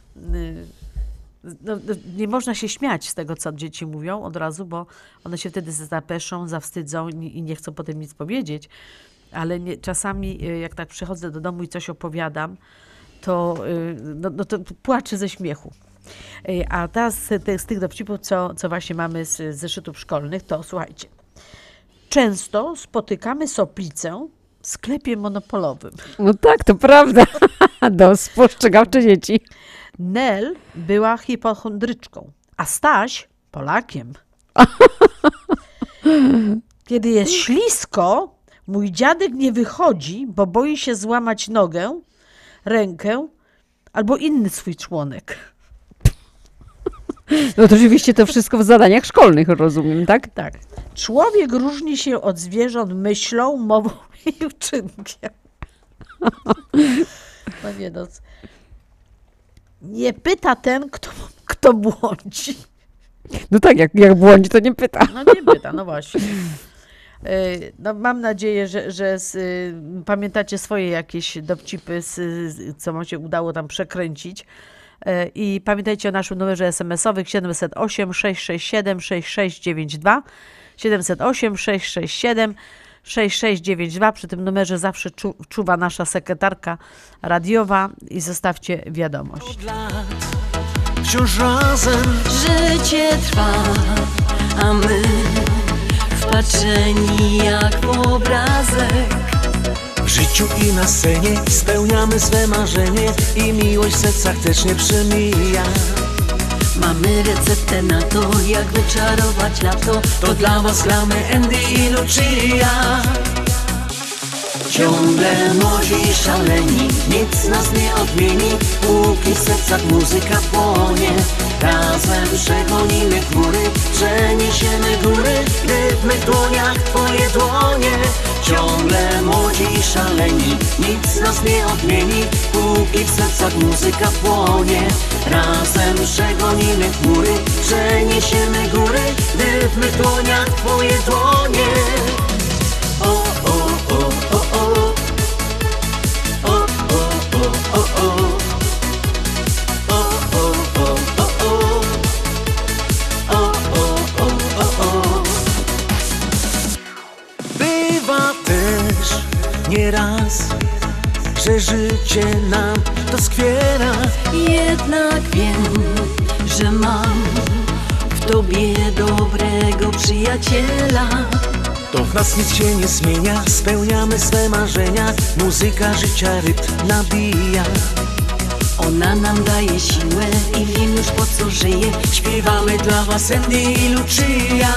B: nie można się śmiać z tego, co dzieci mówią od razu, bo one się wtedy zapeszą, zawstydzą i nie chcą potem nic powiedzieć. Ale czasami, jak tak przychodzę do domu i coś opowiadam, to, to płaczę ze śmiechu. A teraz z tych dowcipów, co właśnie mamy z zeszytów szkolnych, to słuchajcie. Często spotykamy soplicę w sklepie monopolowym.
C: No tak, to prawda. Spostrzegawcze dzieci.
B: Nel była hipochondryczką, a Staś Polakiem. Kiedy jest ślisko, mój dziadek nie wychodzi, bo boi się złamać nogę, rękę albo inny swój członek.
C: No to oczywiście to wszystko w zadaniach szkolnych, rozumiem, tak?
B: Tak. Człowiek różni się od zwierząt myślą, mową i uczynkiem. No nie no. Nie pyta ten, kto błądzi.
C: No tak, jak błądzi, to nie pyta.
B: No nie pyta, no właśnie. No, mam nadzieję, że pamiętacie swoje jakieś dowcipy, co wam się udało tam przekręcić. I pamiętajcie o naszym numerze SMS-owych 708 667 6692. 708 667 6692. Przy tym numerze zawsze czuwa nasza sekretarka radiowa i zostawcie wiadomość.
K: Wciąż razem życie trwa, a my wpatrzeni jak w obrazek. W życiu i na scenie spełniamy swe marzenie i miłość w sercach też nie przemija. Mamy receptę na to, jak wyczarować lato. To dla was gramy Andy i Lucia. Ciągle młodzi i szaleni, nic nas nie odmieni, póki w sercach muzyka płonie. Razem przegonimy chmury, przeniesiemy góry, gdy w mych dłoniach twoje dłonie. Ciągle młodzi i szaleni, nic nas nie odmieni, póki w sercach muzyka płonie. Razem przegonimy chmury, przeniesiemy góry, gdy w mych dłoniach twoje dłonie. O, o, o, o, o. O, o, o, o, o. O, o, o, o, o. O, o, o, o, o. Bywa też nieraz, że życie nam doskwiera.
A: Jednak wiem, że mam w tobie dobrego przyjaciela.
K: To w nas nic się nie zmienia, spełniamy swe marzenia. Muzyka życia rytm nabija.
A: Ona nam daje siłę i wiem już po co żyje. Śpiewamy dla was Andy i Lucia.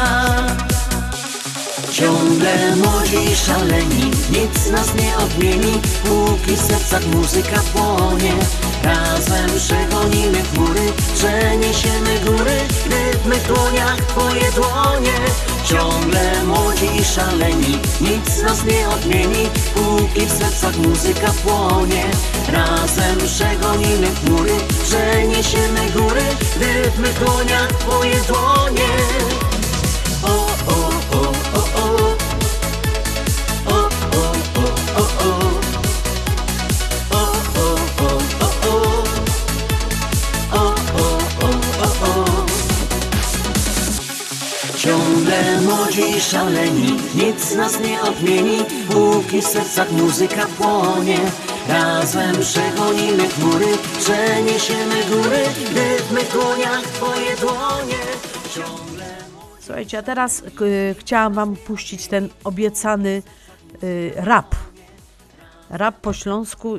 K: Ciągle młodzi i szaleni, nic nas nie odmieni, póki w sercach muzyka płonie. Razem przegonimy chmury, przeniesiemy góry, gdy w mych dłoniach twoje dłonie. Ciągle młodzi i szaleni, nic nas nie odmieni, póki w sercach muzyka płonie. Razem przegonimy chmury, przeniesiemy góry, gdy w mych dłoniach twoje dłonie. O, o, o, o, o. O, o, o, o, o. O, o, o, o, o. O, o, o, o, o. Ciągle młodzi i szaleni, nic nas nie odmieni, póki w sercach muzyka płonie. Razem przegonimy chmury, przeniesiemy góry, gdy w mych dłoniach twoje dłonie. Ciągle...
B: Słuchajcie, a teraz chciałam wam puścić ten obiecany rap. Rap po śląsku,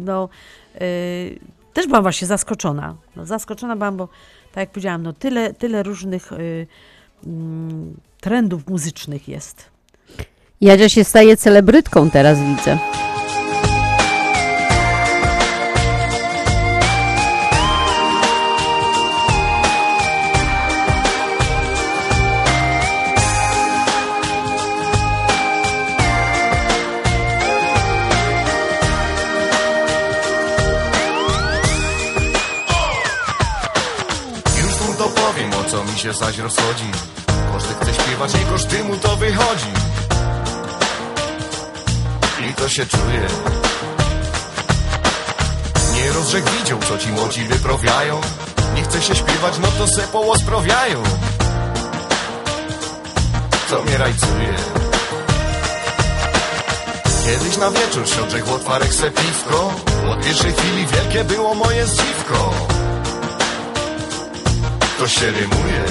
B: też byłam właśnie zaskoczona. Zaskoczona byłam, bo tak jak powiedziałam, tyle różnych trendów muzycznych jest.
C: Jadzia się staje celebrytką teraz, widzę.
M: Co mi się zaś rozchodzi? Każdy chce śpiewać i każdemu to wychodzi. I to się czuje. Nie rozrzek widział, co ci młodzi wyprawiają. Nie chce się śpiewać, no to se połosprawiają. To mnie rajcuje. Kiedyś na wieczór siodrzech otwarek se piwko. Od pierwszej chwili wielkie było moje zdziwko. To się rymuje.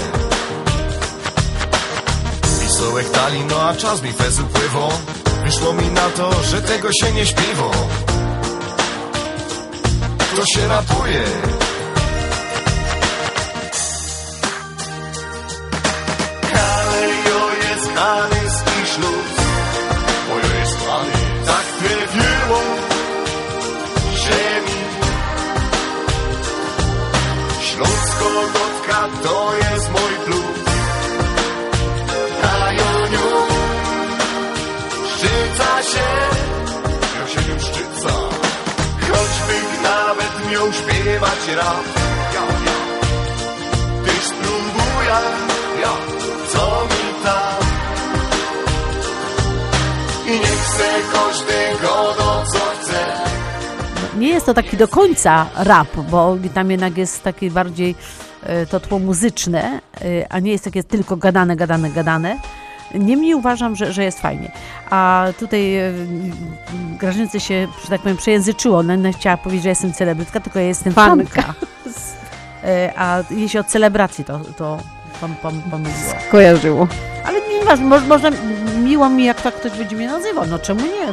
M: Pisołek tali, no a czas mi fez upływo. Wyszło mi na to, że tego się nie śpiwo. To się rapuje. Kalejo jest kaleski śluz. Mojo jest kale, tak trafiło ziemi. Śląsko-gotka to jest mój plus. Na Joniu szczyca się, ja się nim szczyca. Choćby nawet miał śpiewać rap. Tyś spróbuję, co mi tam. I niech se każdego do co chce.
B: Nie jest to taki do końca rap, bo tam jednak jest takie bardziej to tło muzyczne, a nie jest takie tylko gadane. Niemniej uważam, że jest fajnie. A tutaj Grażynce się, że tak powiem, przejęzyczyło. Ona chciała powiedzieć, że jestem celebrytka, tylko ja jestem fanka. A jeśli o celebracji, to pomyliło.
C: Kojarzyło.
B: Ale nie ważne, można miło mi, jak tak ktoś będzie mnie nazywał. No czemu nie?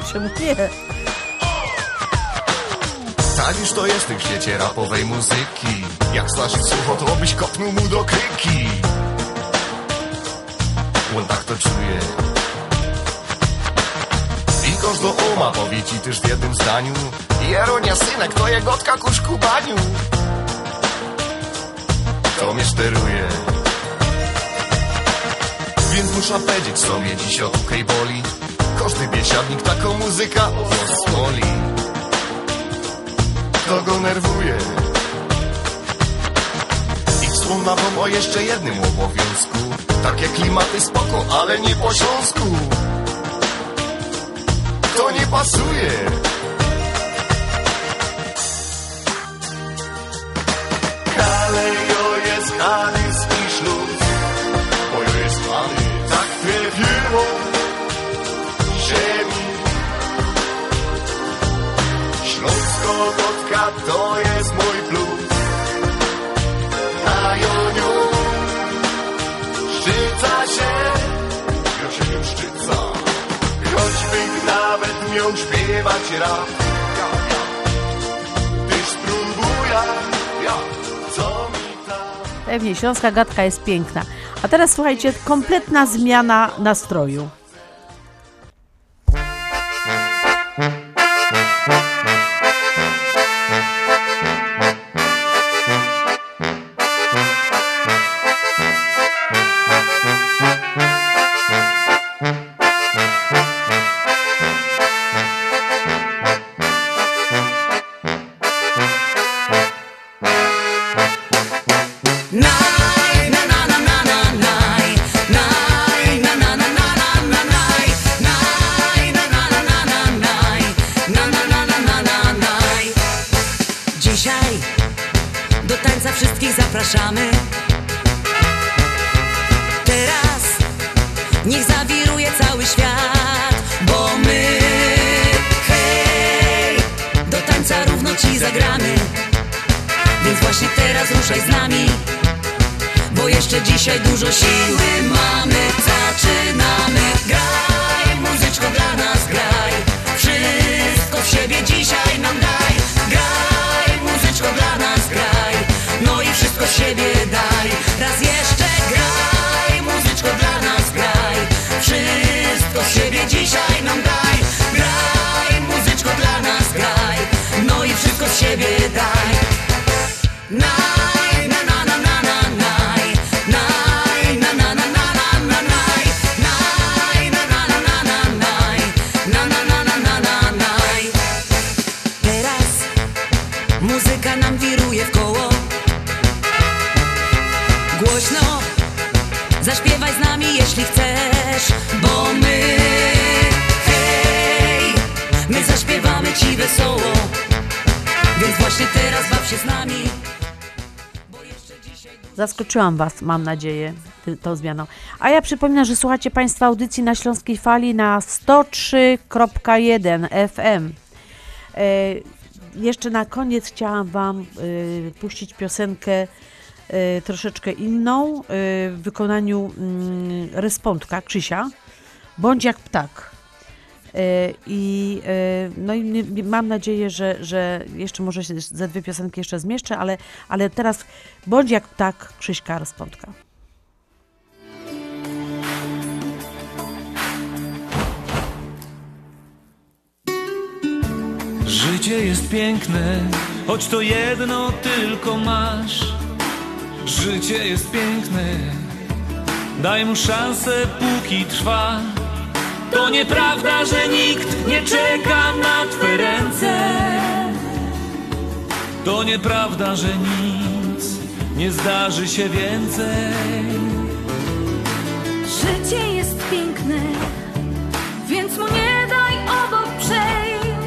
M: Tak już to jest w tym świecie rapowej muzyki. Jak znasz sucho, to byś kopnął mu do kryki. On tak to czuje. I każdy uma powie ci też w jednym zdaniu. Jeronia synek, to je gotka ku szkubaniu. steruje. Więc muszę powiedzieć, co mnie dziś od ukej boli. Każdy biesiadnik taką muzyka pozwoli. To go nerwuje. I wspomnę wam o jeszcze jednym obowiązku. Takie klimaty spoko, ale nie po śląsku. To nie pasuje. Kalejo jest Halis i Śląsk, bo jest mamy tak trafiło ziemi. Śląsko-Gotka to jest mój plus. A Joniu szczyca się, ja się nie szczyca. Choćby nawet miał śpiewać rap, tyś spróbuję, co mi tam.
B: Pewnie, śląska gadka jest piękna. A teraz słuchajcie, kompletna zmiana nastroju.
K: Dzisiaj do tańca wszystkich zapraszamy. Teraz niech zawiruje cały świat, bo my, hej, do tańca równo ci zagramy. Więc właśnie teraz ruszaj z nami, bo jeszcze dzisiaj dużo siły mamy. Zaczynamy, graj, muzyczko dla nas graj. Wszystko w siebie dzisiaj nam daj. Graj, muzyczko dla nas graj. No i wszystko w siebie daj. Raz jeszcze graj, muzyczko dla nas graj. Wszystko w siebie dzisiaj nam daj. Graj, muzyczko dla nas graj. No i wszystko z siebie daj. Naj, na na na na na naj. Naj, na na na na na na naj. Naj, na na na na na naj. Na na na na na na naj. Teraz muzyka nam wiruje w koło. Głośno zaśpiewaj z nami, jeśli chcesz, bo my, hej, my zaśpiewamy ci wesoło. Więc właśnie teraz baw się z nami.
B: Zaskoczyłam Was, mam nadzieję, tą zmianą. A ja przypominam, że słuchacie Państwa audycji na Śląskiej Fali na 103.1 FM. Jeszcze na koniec chciałam Wam puścić piosenkę troszeczkę inną w wykonaniu Respondka Krzysia, Bądź jak ptak. No i mam nadzieję, że jeszcze może się ze dwie piosenki jeszcze zmieszczę, ale teraz Bądź jak ptak Krzyśka Respondka.
N: Życie jest piękne, choć to jedno tylko masz. Życie jest piękne, daj mu szansę póki trwa. To nieprawda, że nikt nie czeka na twe ręce. To nieprawda, że nic nie zdarzy się więcej.
A: Życie jest piękne, więc mu nie daj obok przejść.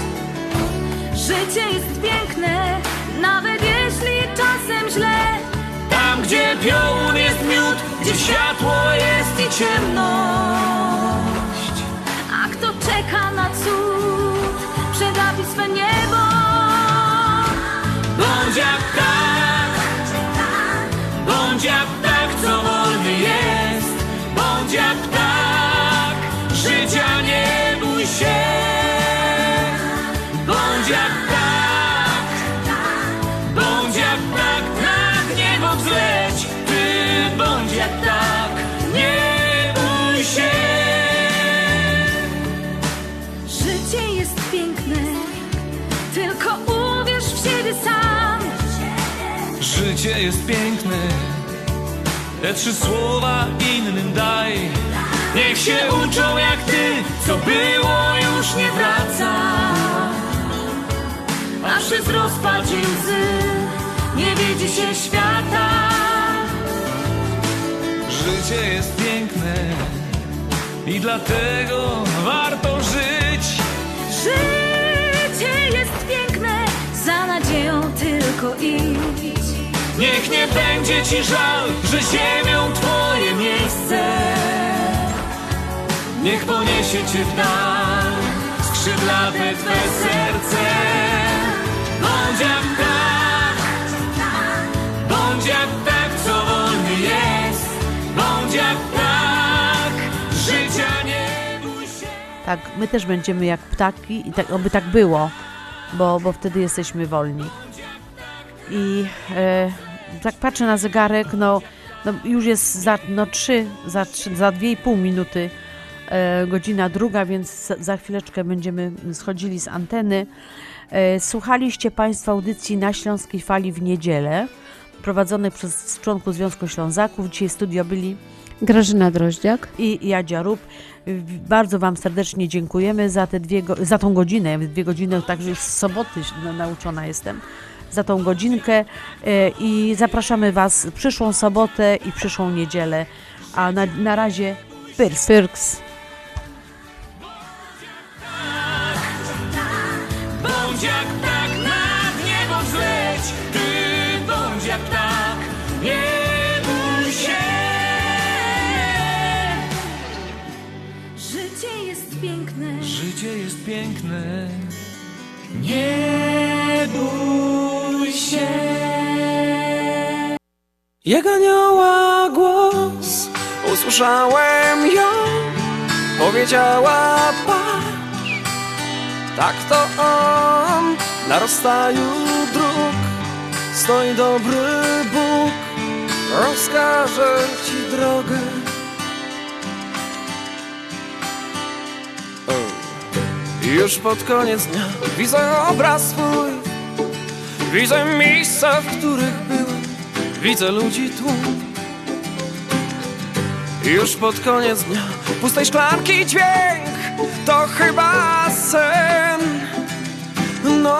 A: Życie jest piękne, nawet jeśli czasem źle.
N: Tam, gdzie piołun jest miód, gdzie światło jest i ciemność.
A: A kto czeka na cud, przegapi swe niebo.
N: Bądź jak ptak, bądź jak ptak, co wolny jest. Bądź jak ptak, życia nie bój się. Bądź jak ptak, bądź jak ptak, nad niebo wzleć. Ty bądź jak ptak, nie bój się.
A: Życie jest piękne, tylko uwierz w siebie sam.
N: Życie jest piękne, te 3 słowa innym daj. Niech się uczą jak ty, co było już nie wraca.
A: A przez rozpacz i łzy nie widzi się świata.
N: Życie jest piękne i dlatego warto żyć.
A: Życie jest piękne, za nadzieją tylko idź.
N: Niech nie będzie ci żal, że ziemią twoje miejsce. Niech poniesie cię w dal skrzydlate twe serce. Bądź jak tak, co wolny jest. Bądź jak tak, życia nie bój się.
B: Tak, my też będziemy jak ptaki i tak, oby tak było, bo wtedy jesteśmy wolni. I tak patrzę na zegarek, no już jest za 2,5 minuty godzina 2, więc za chwileczkę będziemy schodzili z anteny. Słuchaliście Państwo audycji Na Śląskiej Fali w niedzielę, prowadzonej przez członków Związku Ślązaków. Dzisiaj w studio byli
C: Grażyna Droździak
B: i Jadzia Rób. Bardzo Wam serdecznie dziękujemy za tą godzinę. 2 godziny, także już z soboty nauczona jestem. Za tą godzinkę i zapraszamy Was w przyszłą sobotę i przyszłą niedzielę. A na razie Pyrks.
N: Bądź jak tak nad niebo wzleć. Ty bądź jak tak, nie bój się.
A: Życie jest piękne.
N: Życie jest piękne.
A: Nie bój się.
O: Jak anioła głos usłyszałem ją, powiedziała patrz, tak to on na rozstaju dróg stoi dobry Bóg, rozkaże ci drogę. Już pod koniec dnia widzę obraz swój, widzę miejsca, w których byłem, widzę ludzi tłum. Już pod koniec dnia pustej szklanki dźwięk, to chyba sen. No.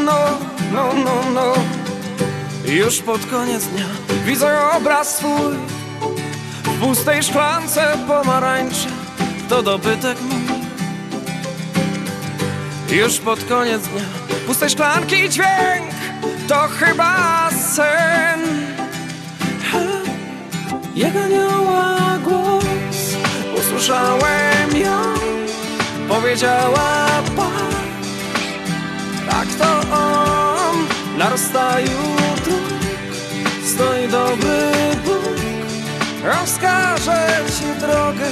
O: Już pod koniec dnia widzę obraz swój, w pustej szklance pomarańcze, to dobytek mój. Już pod koniec dnia pustej szklanki dźwięk, to chyba sen. Jak anioła głos usłyszałem ją, powiedziała patrz, tak to on na rozstaju dróg stoi dobry Bóg, rozkaże ci drogę.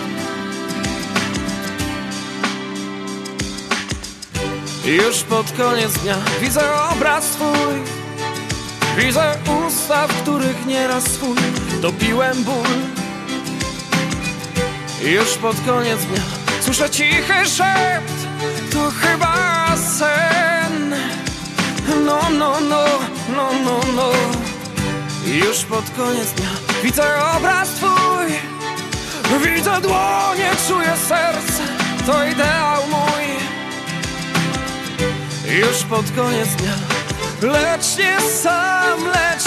O: Już pod koniec dnia widzę obraz swój, widzę usta, w których nieraz swój topiłem ból. Już pod koniec dnia słyszę cichy szept, to chyba sen. No. Już pod koniec dnia widzę obraz twój, widzę dłonie, czuję serce, to ideał mój. Już pod koniec dnia, lecz nie sam.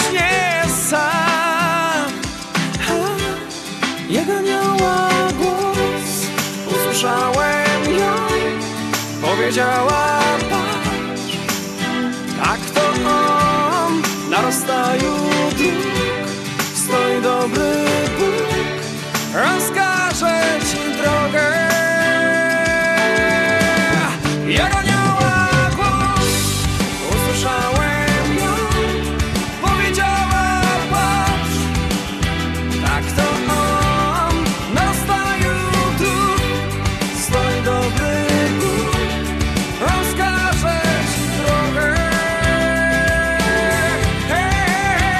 O: Jak anioła głos usłyszałem ją, powiedziała patrz, tak to on na rozstaju dróg stoi dobry Bóg, rozkaże ci drogę. Jak anioła głos usłyszałem ją, powiedziała patrz, tak to on na rozstaju dróg stoi dobry Bóg, rozkaże ci drogę.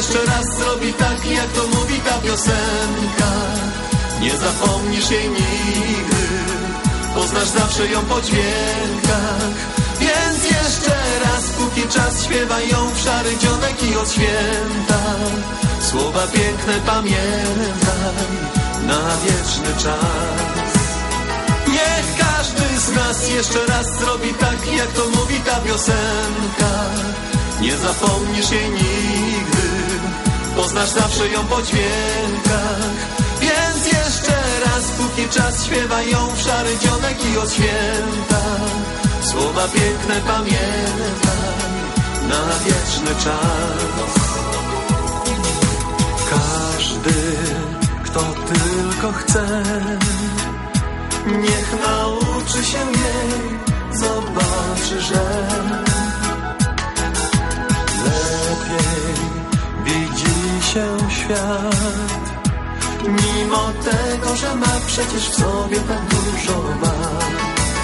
P: jeszcze raz zrobi tak, jak to mówi ta piosenka. Nie zapomnisz jej nigdy, poznasz zawsze ją po dźwiękach. Więc jeszcze raz, póki czas, śpiewaj ją w szary dzionek i od święta. Słowa piękne pamiętaj na wieczny czas. Niech każdy z nas jeszcze raz zrobi tak, jak to mówi ta piosenka. Nie zapomnisz jej nigdy, poznasz zawsze ją po dźwiękach. Więc jeszcze raz, póki czas, śpiewaj ją w szary dzionek i od święta. Słowa piękne pamiętaj na wieczny czas. Każdy, kto tylko chce, niech nauczy się jej, zobaczy, że lepiej widzi się świat. Mimo tego, że ma przecież w sobie tak dużo wad.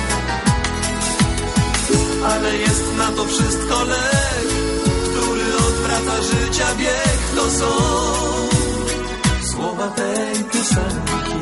P: Ale jest na to wszystko lek, który odwraca życia bieg. To są słowa tej piosenki.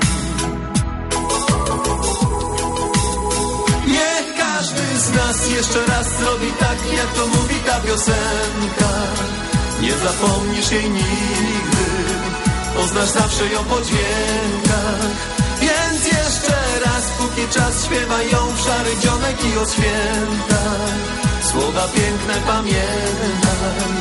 P: Niech każdy z nas jeszcze raz zrobi tak, jak to mówi ta piosenka. Nie zapomnisz jej nigdy, poznasz zawsze ją po dźwiękach. Więc jeszcze raz, póki czas, śpiewaj ją w szary dzionek i od święta. Słowa piękne pamiętaj